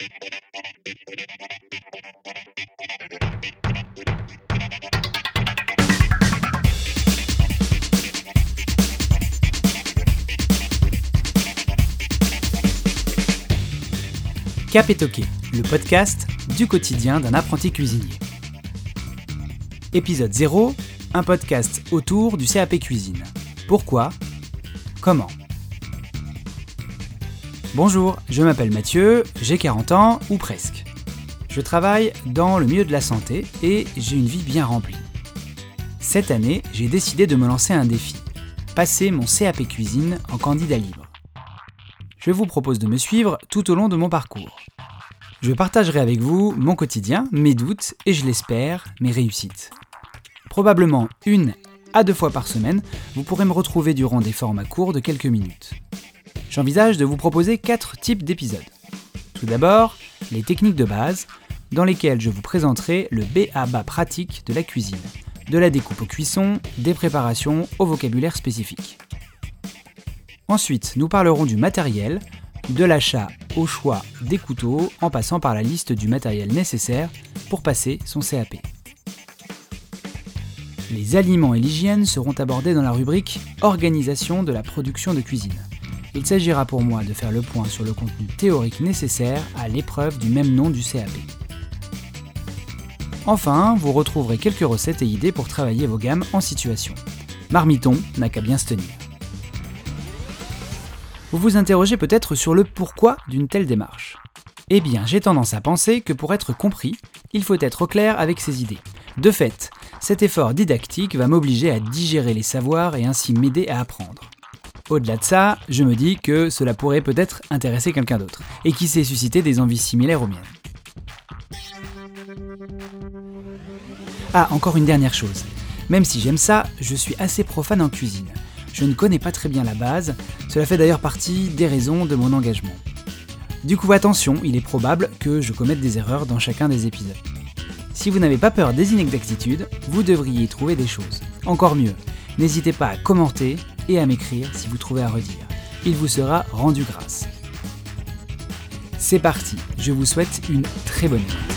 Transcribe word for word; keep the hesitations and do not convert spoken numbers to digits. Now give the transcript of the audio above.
Cap et Toqué, le podcast du quotidien d'un apprenti cuisinier. Épisode zéro, un podcast autour du C A P cuisine. Pourquoi ? Comment ? Bonjour, je m'appelle Mathieu, j'ai quarante ans, ou presque. Je travaille dans le milieu de la santé et j'ai une vie bien remplie. Cette année, j'ai décidé de me lancer un défi, passer mon C A P cuisine en candidat libre. Je vous propose de me suivre tout au long de mon parcours. Je partagerai avec vous mon quotidien, mes doutes et, je l'espère, mes réussites. Probablement une à deux fois par semaine, vous pourrez me retrouver durant des formats courts de quelques minutes. J'envisage de vous proposer quatre types d'épisodes. Tout d'abord, les techniques de base, dans lesquelles je vous présenterai le B A B A pratique de la cuisine, de la découpe au cuisson, des préparations au vocabulaire spécifique. Ensuite, nous parlerons du matériel, de l'achat au choix des couteaux, en passant par la liste du matériel nécessaire pour passer son C A P. Les aliments et l'hygiène seront abordés dans la rubrique « Organisation de la production de cuisine ». Il s'agira pour moi de faire le point sur le contenu théorique nécessaire à l'épreuve du même nom du C A P. Enfin, vous retrouverez quelques recettes et idées pour travailler vos gammes en situation. Marmiton n'a qu'à bien se tenir. Vous vous interrogez peut-être sur le pourquoi d'une telle démarche. Eh bien, j'ai tendance à penser que pour être compris, il faut être au clair avec ses idées. De fait, cet effort didactique va m'obliger à digérer les savoirs et ainsi m'aider à apprendre. Au-delà de ça, je me dis que cela pourrait peut-être intéresser quelqu'un d'autre, et qui sait susciter des envies similaires aux miennes. Ah, encore une dernière chose. Même si j'aime ça, je suis assez profane en cuisine. Je ne connais pas très bien la base, cela fait d'ailleurs partie des raisons de mon engagement. Du coup, attention, il est probable que je commette des erreurs dans chacun des épisodes. Si vous n'avez pas peur des inexactitudes, vous devriez y trouver des choses. Encore mieux, n'hésitez pas à commenter et à m'écrire si vous trouvez à redire. Il vous sera rendu grâce. C'est parti, je vous souhaite une très bonne écoute.